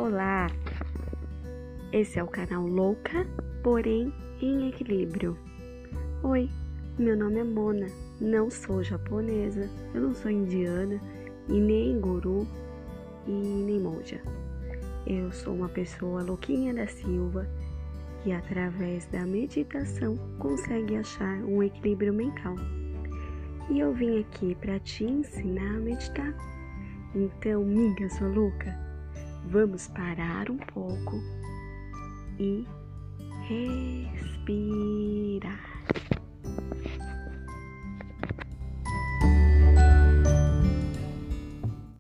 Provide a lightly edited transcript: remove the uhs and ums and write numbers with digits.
Olá! Esse é o canal Louca, porém em Equilíbrio. Oi, meu nome é Mona, não sou japonesa, eu não sou indiana, e nem guru, e nem monja. Eu sou uma pessoa louquinha da Silva, que através da meditação consegue achar um equilíbrio mental. E eu vim aqui para te ensinar a meditar. Então, miga sua louca, vamos parar um pouco e